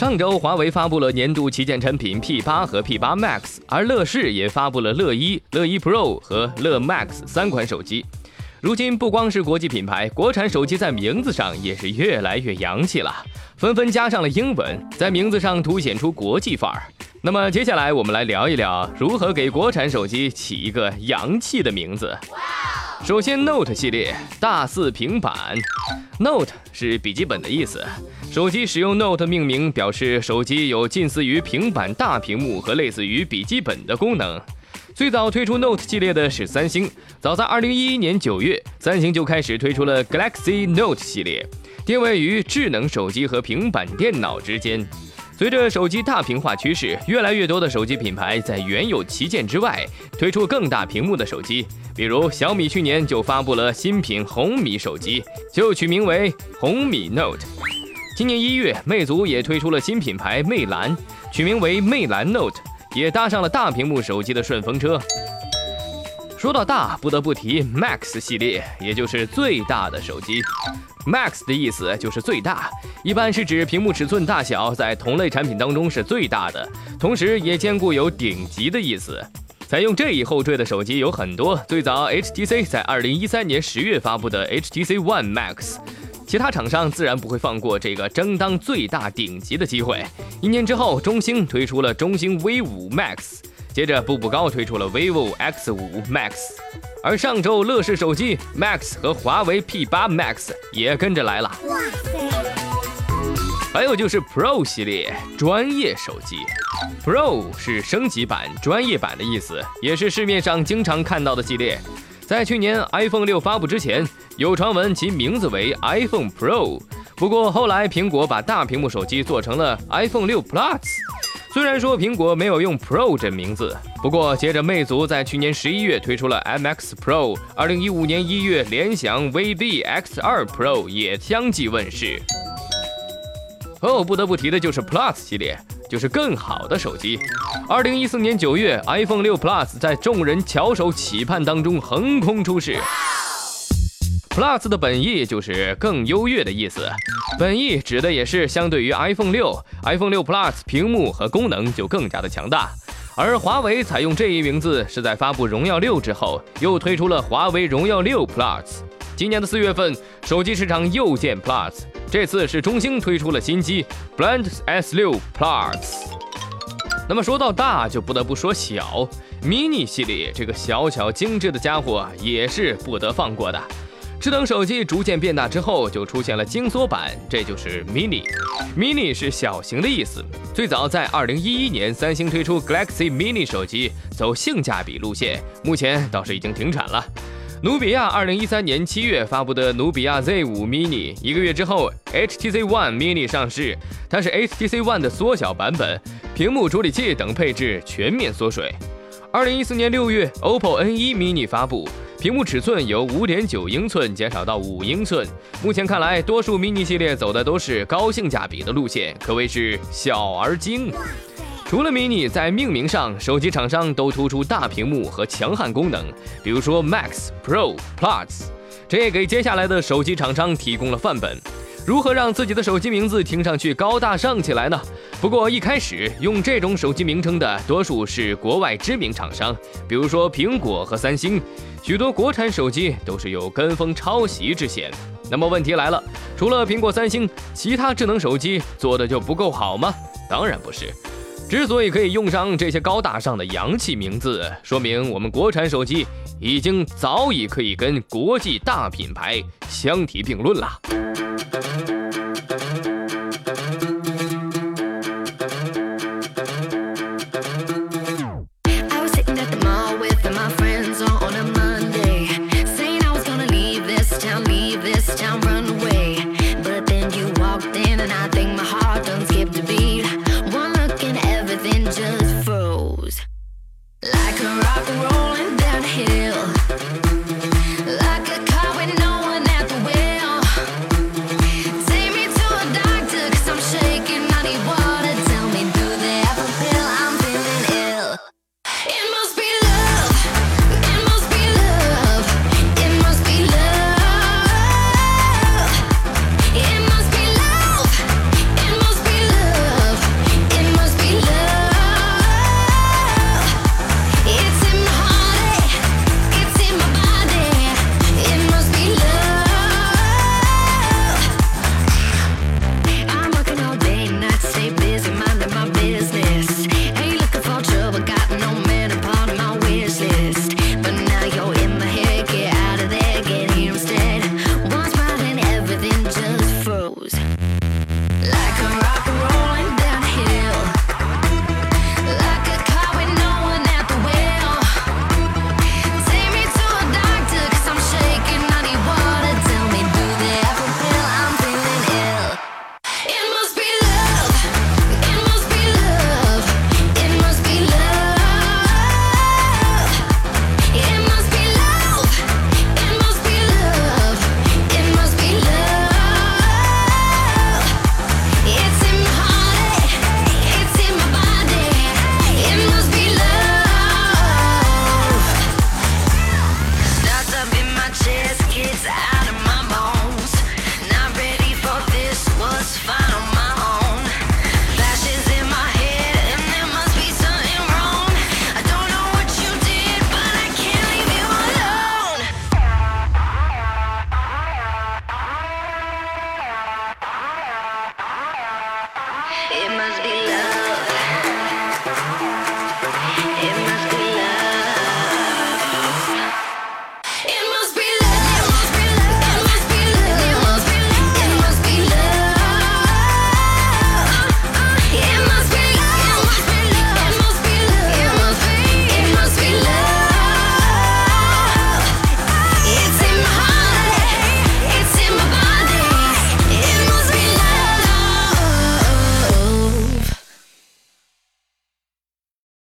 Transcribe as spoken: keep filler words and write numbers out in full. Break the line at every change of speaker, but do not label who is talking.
上周，华为发布了年度旗舰产品 P 八 和 P 八 Max， 而乐视也发布了乐一、乐一 Pro 和乐 Max 三款手机。如今不光是国际品牌，国产手机在名字上也是越来越洋气了，纷纷加上了英文，在名字上凸显出国际范儿。那么接下来我们来聊一聊如何给国产手机起一个洋气的名字。首先 Note 系列大似平板， Note 是笔记本的意思，手机使用 Note 命名，表示手机有近似于平板大屏幕和类似于笔记本的功能。最早推出 Note 系列的是三星，早在二零一一年九月，三星就开始推出了 Galaxy Note 系列，定位于智能手机和平板电脑之间。随着手机大屏化趋势，越来越多的手机品牌在原有旗舰之外推出更大屏幕的手机，比如小米去年就发布了新品红米手机，就取名为红米 Note。 今年一月，魅族也推出了新品牌魅蓝，取名为魅蓝 Note， 也搭上了大屏幕手机的顺风车。说到大，不得不提 Max 系列，也就是最大的手机。Max 的意思就是最大，一般是指屏幕尺寸大小在同类产品当中是最大的，同时也兼顾有顶级的意思。采用这一后缀的手机有很多，最早 H T C 在二零一三年十月发布的 H T C One Max， 其他厂商自然不会放过这个争当最大顶级的机会。一年之后，中兴推出了中兴 V 五 Max， 接着步步高推出了 vivo X 五 Max， 而上周乐视手机 Max 和华为 P 八 Max 也跟着来了。还有就是 Pro 系列专业手机， Pro 是升级版、专业版的意思，也是市面上经常看到的系列。在去年 iPhone 六发布之前，有传闻其名字为 iPhone Pro， 不过后来苹果把大屏幕手机做成了 iPhone 六 Plus。虽然说苹果没有用 Pro 这名字，不过接着魅族在去年十一月推出了 M X Pro， 二零一五年一月联想 V B X 二 Pro 也相继问世。哦，不得不提的就是 Plus 系列，就是更好的手机。二零一四年九月 iPhone 六 Plus 在众人翘首企盼当中横空出世。Plus 的本意就是更优越的意思，本意指的也是相对于 iPhone 六 iPhone 六 Plus 屏幕和功能就更加的强大。而华为采用这一名字是在发布荣耀六之后，又推出了华为荣耀六 Plus。 今年的四月份，手机市场又见 Plus， 这次是中兴推出了新机 Blend S 六 Plus。 那么说到大，就不得不说小， mini 系列这个小巧精致的家伙也是不得放过的。智能手机逐渐变大之后，就出现了精缩版，这就是 mini。 mini 是小型的意思，最早在二零一一年三星推出 Galaxy Mini 手机，走性价比路线，目前倒是已经停产了。努比亚二零一三年七月发布的努比亚 Z 五 mini， 一个月之后 H T C One mini 上市，它是 H T C One 的缩小版本，屏幕、处理器等配置全面缩水。二零一四年六月 O P P O N 一 mini 发布，屏幕尺寸由 五点九英寸减少到五英寸。目前看来，多数 mini 系列走的都是高性价比的路线，可谓是小而精。除了 mini， 在命名上，手机厂商都突出大屏幕和强悍功能，比如说 Max、Pro、Plus， 这也给接下来的手机厂商提供了范本。如何让自己的手机名字听上去高大上起来呢？不过一开始用这种手机名称的多数是国外知名厂商，比如说苹果和三星，许多国产手机都是有跟风抄袭之嫌。那么问题来了，除了苹果、三星，其他智能手机做的就不够好吗？当然不是。之所以可以用上这些高大上的洋气名字，说明我们国产手机已经早已可以跟国际大品牌相提并论了。